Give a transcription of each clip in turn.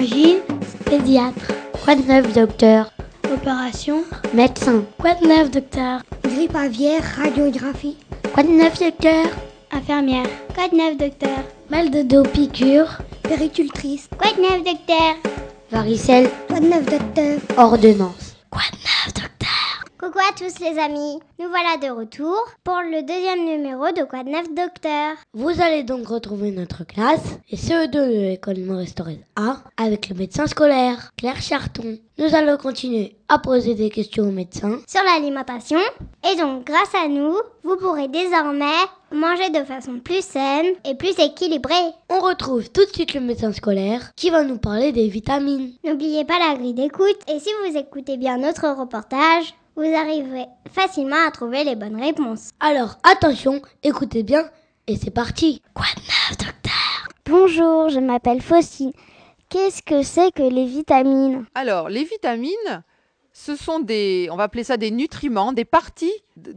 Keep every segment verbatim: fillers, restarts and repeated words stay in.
Chirurgie, pédiatre. Quoi de neuf, docteur? Opération, Médecin. quoi de neuf, docteur? Grippe aviaire, radiographie. Quoi de neuf, docteur? Infirmière, quoi de neuf, docteur? Mal de dos, piqûre. Péricultrice. Quoi de neuf, docteur? Varicelle. Quoi de neuf, docteur? Ordonnance. Quoi de neuf, docteur? Coucou à tous les amis, nous voilà de retour pour le deuxième numéro de Quoi de neuf docteur. Vous allez donc retrouver notre classe et C E deux de l'école Maurice Thorez A avec le médecin scolaire, Claire Charton. Nous allons continuer à poser des questions aux médecins sur l'alimentation et donc grâce à nous, vous pourrez désormais manger de façon plus saine et plus équilibrée. On retrouve tout de suite le médecin scolaire qui va nous parler des vitamines. N'oubliez pas la grille d'écoute et si vous écoutez bien notre reportage, vous arriverez facilement à trouver les bonnes réponses. Alors attention, écoutez bien et c'est parti. Quoi de neuf, docteur? Bonjour, je m'appelle Faustine. Qu'est-ce que c'est que les vitamines? Alors, les vitamines, ce sont des, on va appeler ça des nutriments, des parties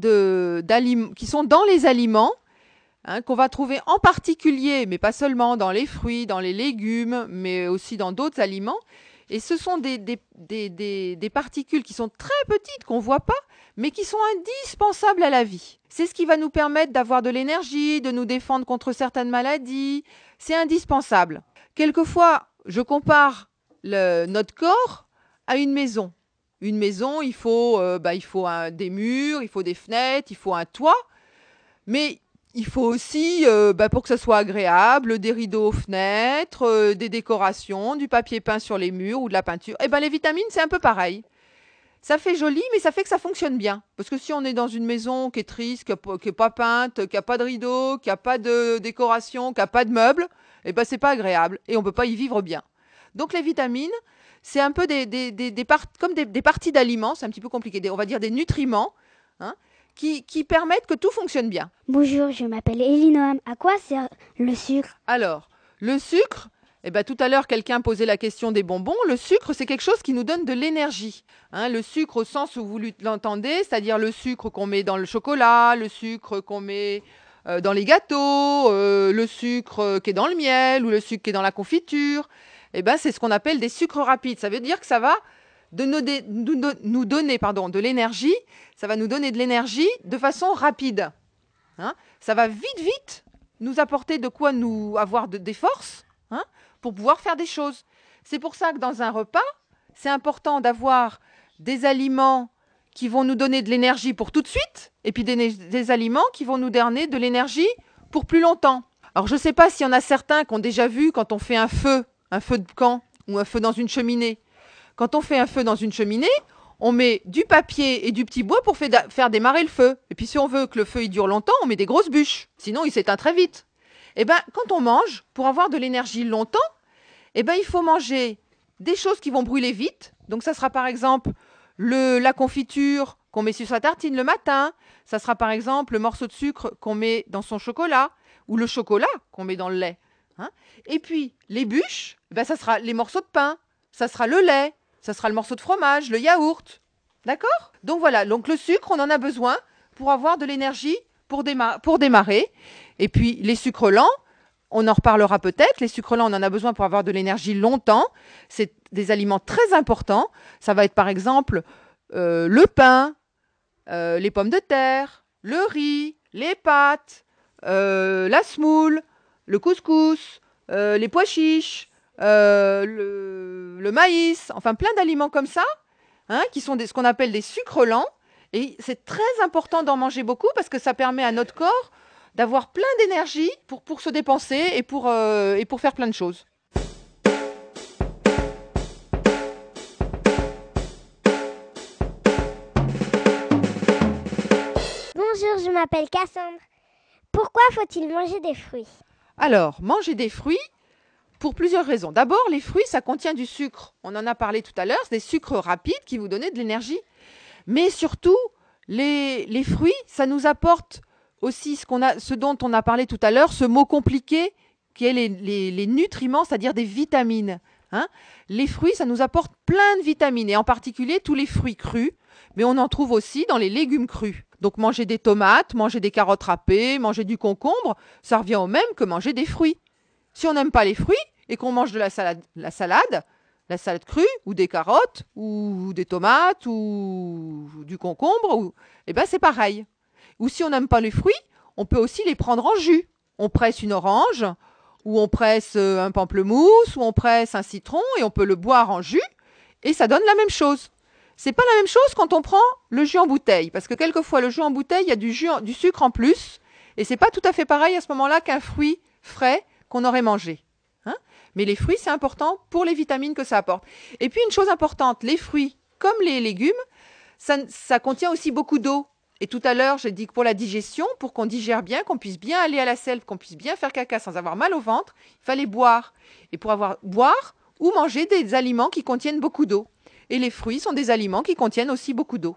de, d'alim- qui sont dans les aliments, hein, qu'on va trouver en particulier, mais pas seulement dans les fruits, dans les légumes, mais aussi dans d'autres aliments. Et ce sont des, des, des, des, des particules qui sont très petites, qu'on ne voit pas, mais qui sont indispensables à la vie. C'est ce qui va nous permettre d'avoir de l'énergie, de nous défendre contre certaines maladies. C'est indispensable. Quelquefois, je compare le, notre corps à une maison. Une maison, il faut, euh, bah, il faut un, des murs, il faut des fenêtres, il faut un toit. Mais il faut aussi, euh, bah, pour que ça soit agréable, des rideaux aux fenêtres, euh, des décorations, du papier peint sur les murs ou de la peinture. Et ben les vitamines, c'est un peu pareil. Ça fait joli, mais ça fait que ça fonctionne bien. Parce que si on est dans une maison qui est triste, qui n'est pas peinte, qui n'a pas de rideaux, qui n'a pas de décoration, qui n'a pas de meubles, et ben c'est pas agréable et on ne peut pas y vivre bien. Donc les vitamines, c'est un peu des, des, des, des part, comme des, des parties d'aliments, c'est un petit peu compliqué, des, on va dire des nutriments, hein, Qui, qui permettent que tout fonctionne bien. Bonjour, je m'appelle Elinoam. À quoi sert le sucre? Alors, le sucre, eh ben, tout à l'heure, quelqu'un posait la question des bonbons. Le sucre, c'est quelque chose qui nous donne de l'énergie. Hein, le sucre au sens où vous l'entendez, c'est-à-dire le sucre qu'on met dans le chocolat, le sucre qu'on met euh, dans les gâteaux, euh, le sucre qui est dans le miel ou le sucre qui est dans la confiture. Eh ben, c'est ce qu'on appelle des sucres rapides. Ça veut dire que ça va de nous, dé- nous, nous donner pardon, de l'énergie, ça va nous donner de l'énergie de façon rapide. Hein, ça va vite, vite nous apporter de quoi nous avoir de, des forces, hein, pour pouvoir faire des choses. C'est pour ça que dans un repas, c'est important d'avoir des aliments qui vont nous donner de l'énergie pour tout de suite, et puis des, des aliments qui vont nous donner de l'énergie pour plus longtemps. Alors je ne sais pas s'il y en a certains qui ont déjà vu quand on fait un feu, un feu de camp ou un feu dans une cheminée. Quand on fait un feu dans une cheminée, on met du papier et du petit bois pour faire démarrer le feu. Et puis si on veut que le feu il dure longtemps, on met des grosses bûches. Sinon, il s'éteint très vite. Et bien, quand on mange, pour avoir de l'énergie longtemps, eh ben, il faut manger des choses qui vont brûler vite. Donc ça sera par exemple le, la confiture qu'on met sur sa tartine le matin. Ça sera par exemple le morceau de sucre qu'on met dans son chocolat ou le chocolat qu'on met dans le lait. Hein, et puis les bûches, eh ben, ça sera les morceaux de pain, ça sera le lait. Ça sera le morceau de fromage, le yaourt. D'accord? Donc voilà, donc le sucre, on en a besoin pour avoir de l'énergie pour, déma- pour démarrer. Et puis les sucres lents, on en reparlera peut-être. Les sucres lents, on en a besoin pour avoir de l'énergie longtemps. C'est des aliments très importants. Ça va être par exemple euh, le pain, euh, les pommes de terre, le riz, les pâtes, euh, la semoule, le couscous, euh, les pois chiches. Euh, le, le maïs, enfin plein d'aliments comme ça, hein, qui sont des, ce qu'on appelle des sucres lents. Et c'est très important d'en manger beaucoup parce que ça permet à notre corps d'avoir plein d'énergie pour, pour se dépenser et pour, euh, et pour faire plein de choses. Bonjour, je m'appelle Cassandre. Pourquoi faut-il manger des fruits? Alors, manger des fruits, pour plusieurs raisons. D'abord, les fruits, ça contient du sucre. On en a parlé tout à l'heure, c'est des sucres rapides qui vous donnent de l'énergie. Mais surtout, les, les fruits, ça nous apporte aussi ce, qu'on a, ce dont on a parlé tout à l'heure, ce mot compliqué qui est les, les, les nutriments, c'est-à-dire des vitamines. Hein, les fruits, ça nous apporte plein de vitamines, et en particulier tous les fruits crus, mais on en trouve aussi dans les légumes crus. Donc manger des tomates, manger des carottes râpées, manger du concombre, ça revient au même que manger des fruits. Si on n'aime pas les fruits et qu'on mange de la salade, la salade, la salade crue, ou des carottes, ou des tomates, ou du concombre, ou... eh ben c'est pareil. Ou si on n'aime pas les fruits, on peut aussi les prendre en jus. On presse une orange, ou on presse un pamplemousse, ou on presse un citron, et on peut le boire en jus, et ça donne la même chose. C'est pas la même chose quand on prend le jus en bouteille, parce que quelquefois le jus en bouteille, il y a du, jus en, du sucre en plus, et c'est pas tout à fait pareil à ce moment-là qu'un fruit frais qu'on aurait mangé. Hein? Mais les fruits, c'est important pour les vitamines que ça apporte. Et puis une chose importante, les fruits, comme les légumes, ça, ça contient aussi beaucoup d'eau. Et tout à l'heure, j'ai dit que pour la digestion, pour qu'on digère bien, qu'on puisse bien aller à la selle, qu'on puisse bien faire caca sans avoir mal au ventre, il fallait boire. Et pour avoir boire ou manger des aliments qui contiennent beaucoup d'eau. Et les fruits sont des aliments qui contiennent aussi beaucoup d'eau.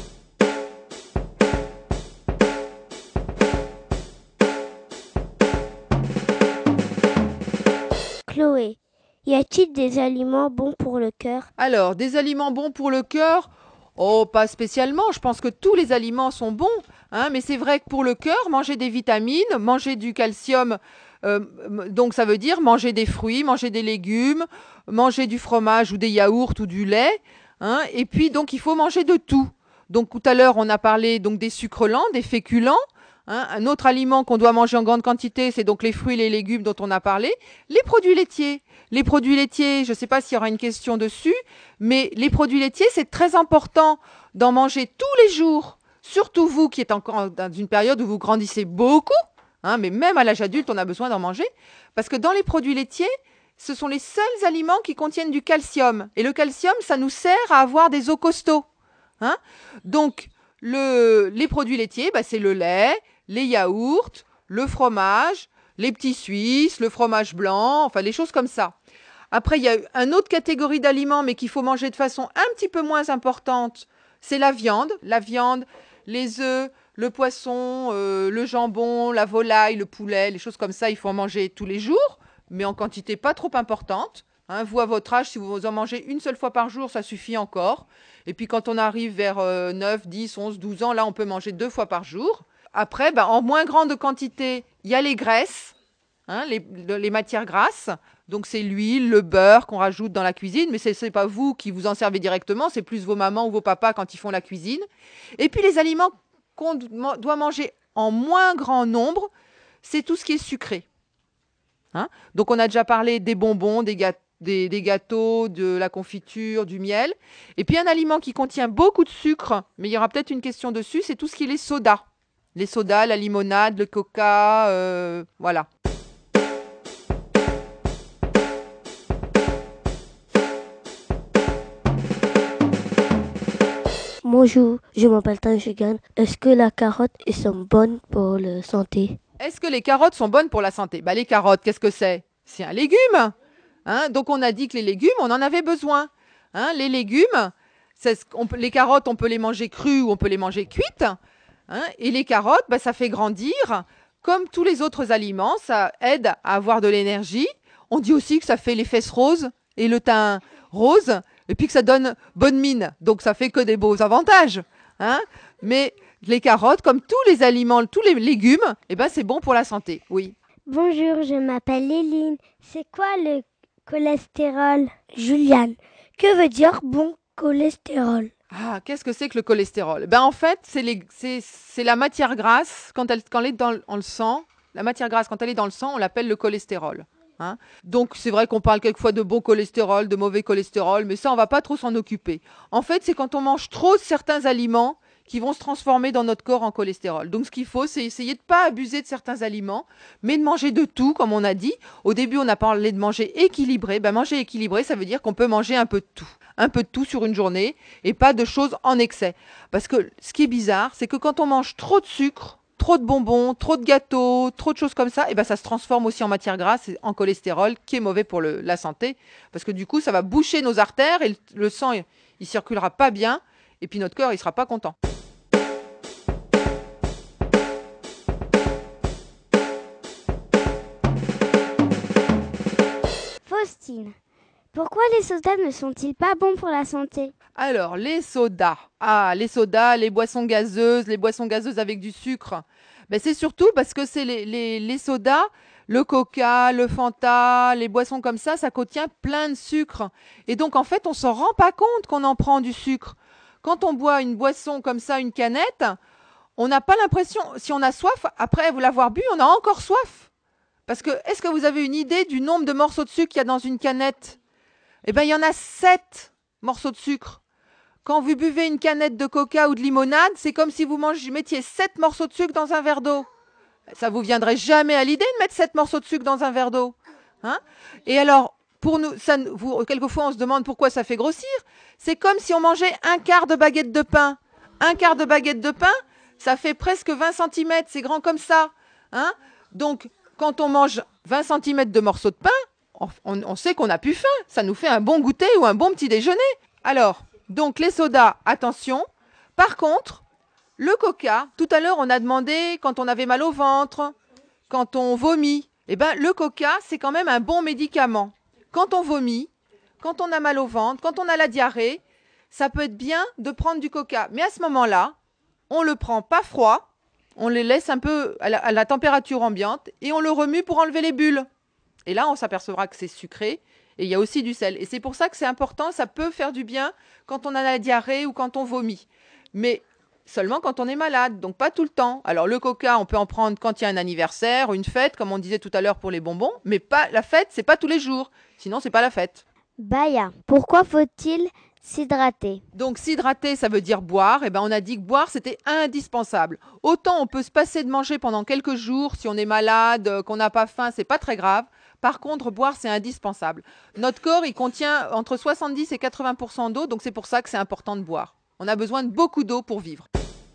Chloé, y a-t-il des aliments bons pour le cœur? Alors, des aliments bons pour le cœur? Oh, pas spécialement. Je pense que tous les aliments sont bons. Hein, mais c'est vrai que pour le cœur, manger des vitamines, manger du calcium, euh, donc ça veut dire manger des fruits, manger des légumes, manger du fromage ou des yaourts ou du lait. Hein, et puis, donc, il faut manger de tout. Donc, tout à l'heure, on a parlé donc des sucres lents, des féculents. Hein, un autre aliment qu'on doit manger en grande quantité, c'est donc les fruits et les légumes dont on a parlé. Les produits laitiers. Les produits laitiers, je ne sais pas s'il y aura une question dessus, mais les produits laitiers, c'est très important d'en manger tous les jours. Surtout vous qui êtes encore dans une période où vous grandissez beaucoup. Hein, mais même à l'âge adulte, on a besoin d'en manger. Parce que dans les produits laitiers, ce sont les seuls aliments qui contiennent du calcium. Et le calcium, ça nous sert à avoir des os costauds. Hein, donc, le, les produits laitiers, bah, c'est le lait, les yaourts, le fromage, les petits suisses, le fromage blanc, enfin les choses comme ça. Après, il y a une autre catégorie d'aliments, mais qu'il faut manger de façon un petit peu moins importante, c'est la viande. La viande, les œufs, le poisson, euh, le jambon, la volaille, le poulet, les choses comme ça, il faut en manger tous les jours, mais en quantité pas trop importante. Hein, vous, à votre âge, si vous en mangez une seule fois par jour, ça suffit encore. Et puis quand on arrive vers euh, neuf, dix, onze, douze ans, là, on peut manger deux fois par jour. Après, ben, en moins grande quantité, il y a les graisses, hein, les, les matières grasses. Donc, c'est l'huile, le beurre qu'on rajoute dans la cuisine. Mais ce n'est pas vous qui vous en servez directement, c'est plus vos mamans ou vos papas quand ils font la cuisine. Et puis, les aliments qu'on doit manger en moins grand nombre, c'est tout ce qui est sucré. Hein? Donc, on a déjà parlé des bonbons, des gâteaux. Des, des gâteaux, de la confiture, du miel. Et puis un aliment qui contient beaucoup de sucre, mais il y aura peut-être une question dessus, c'est tout ce qui est les sodas. Les sodas, la limonade, le coca, euh, voilà. Bonjour, je m'appelle Tanjigan. Est-ce que la carotte est bonne pour la santé? Est-ce que les carottes sont bonnes pour la santé? Bah, les carottes, qu'est-ce que c'est? C'est un légume. Hein, donc, on a dit que les légumes, on en avait besoin. Hein, les légumes, c'est, on peut, les carottes, on peut les manger crues ou on peut les manger cuites. Hein, et les carottes, bah, ça fait grandir. Comme tous les autres aliments, ça aide à avoir de l'énergie. On dit aussi que ça fait les fesses roses et le teint rose. Et puis que ça donne bonne mine. Donc, ça fait que des beaux avantages. Hein, mais les carottes, comme tous les aliments, tous les légumes, eh ben, c'est bon pour la santé. Oui. Bonjour, je m'appelle Léline. C'est quoi le cholestérol? Juliane, que veut dire bon cholestérol? Ah, qu'est-ce que c'est que le cholestérol? Ben en fait, c'est, les, c'est, c'est la matière grasse, quand elle, quand elle est dans le, dans le sang, la matière grasse, quand elle est dans le sang, on l'appelle le cholestérol. Hein? Donc, c'est vrai qu'on parle quelquefois de bon cholestérol, de mauvais cholestérol, mais ça, on ne va pas trop s'en occuper. En fait, c'est quand on mange trop certains aliments qui vont se transformer dans notre corps en cholestérol. Donc, ce qu'il faut, c'est essayer de ne pas abuser de certains aliments, mais de manger de tout, comme on a dit. Au début, on a parlé de manger équilibré. Ben, manger équilibré, ça veut dire qu'on peut manger un peu de tout. Un peu de tout sur une journée et pas de choses en excès. Parce que ce qui est bizarre, c'est que quand on mange trop de sucre, trop de bonbons, trop de gâteaux, trop de choses comme ça, et ben ça se transforme aussi en matière grasse et en cholestérol, qui est mauvais pour le, la santé. Parce que du coup, ça va boucher nos artères et le, le sang, il, il circulera pas bien. Et puis notre cœur, il sera pas content. Faustine, pourquoi les sodas ne sont-ils pas bons pour la santé? Alors, les sodas. Ah, les sodas, les boissons gazeuses, les boissons gazeuses avec du sucre. Ben, c'est surtout parce que c'est les, les, les sodas, le coca, le Fanta, les boissons comme ça, ça contient plein de sucre. Et donc, en fait, on ne s'en rend pas compte qu'on en prend du sucre. Quand on boit une boisson comme ça, une canette, on n'a pas l'impression, si on a soif, après vous l'avoir bu, on a encore soif. Parce que, est-ce que vous avez une idée du nombre de morceaux de sucre qu'il y a dans une canette? Eh bien, il y en a sept morceaux de sucre. Quand vous buvez une canette de coca ou de limonade, c'est comme si vous mangez, mettiez sept morceaux de sucre dans un verre d'eau. Ça vous viendrait jamais à l'idée de mettre sept morceaux de sucre dans un verre d'eau, hein? Et alors, pour nous, ça, vous, quelquefois, on se demande pourquoi ça fait grossir. C'est comme si on mangeait un quart de baguette de pain. Un quart de baguette de pain, ça fait presque vingt centimètres. C'est grand comme ça, hein? Donc, quand on mange vingt centimètres de morceaux de pain, on, on, on sait qu'on n'a plus faim. Ça nous fait un bon goûter ou un bon petit déjeuner. Alors, donc les sodas, attention. Par contre, le coca, tout à l'heure on a demandé quand on avait mal au ventre, quand on vomit. Eh ben, le coca, c'est quand même un bon médicament. Quand on vomit, quand on a mal au ventre, quand on a la diarrhée, ça peut être bien de prendre du coca. Mais à ce moment-là, on le prend pas froid, on le laisse un peu à la, à la température ambiante et on le remue pour enlever les bulles. Et là, on s'apercevra que c'est sucré. Et il y a aussi du sel. Et c'est pour ça que c'est important, ça peut faire du bien quand on a la diarrhée ou quand on vomit. Mais seulement quand on est malade, donc pas tout le temps. Alors le coca, on peut en prendre quand il y a un anniversaire, une fête, comme on disait tout à l'heure pour les bonbons. Mais pas la fête, c'est pas tous les jours. Sinon, c'est pas la fête. Baya, pourquoi faut-il s'hydrater? Donc s'hydrater, ça veut dire boire. Et ben on a dit que boire, c'était indispensable. Autant on peut se passer de manger pendant quelques jours, si on est malade, qu'on n'a pas faim, c'est pas très grave. Par contre, boire, c'est indispensable. Notre corps, il contient entre soixante-dix et quatre-vingts pour cent d'eau, donc c'est pour ça que c'est important de boire. On a besoin de beaucoup d'eau pour vivre.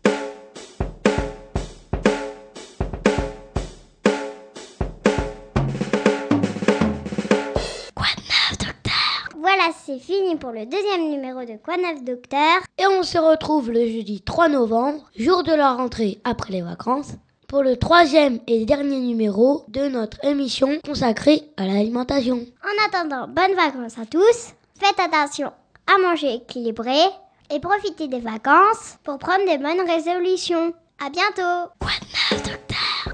Quoi de neuf, docteur? Voilà, c'est fini pour le deuxième numéro de Quoi de neuf, docteur? Et on se retrouve le jeudi trois novembre, jour de la rentrée après les vacances, pour le troisième et dernier numéro de notre émission consacrée à l'alimentation. En attendant, bonnes vacances à tous. Faites attention à manger équilibré et profitez des vacances pour prendre des bonnes résolutions. À bientôt. Quoi de neuf, docteur?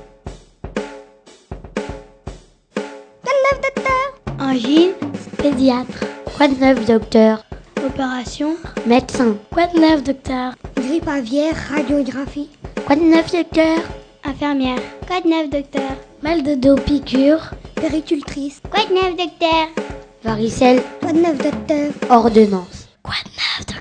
Quoi de neuf, docteur? Angine, pédiatre. Quoi de neuf, docteur? Opération. Médecin. Quoi de neuf, docteur? Grippe aviaire, radiographie. Quoi de neuf, docteur? Infirmière. Quoi de neuf, docteur? Mal de dos, piqûre. Péricultrice. Quoi de neuf, docteur? Varicelle. Quoi de neuf, docteur? Ordonnance. Quoi de neuf, docteur?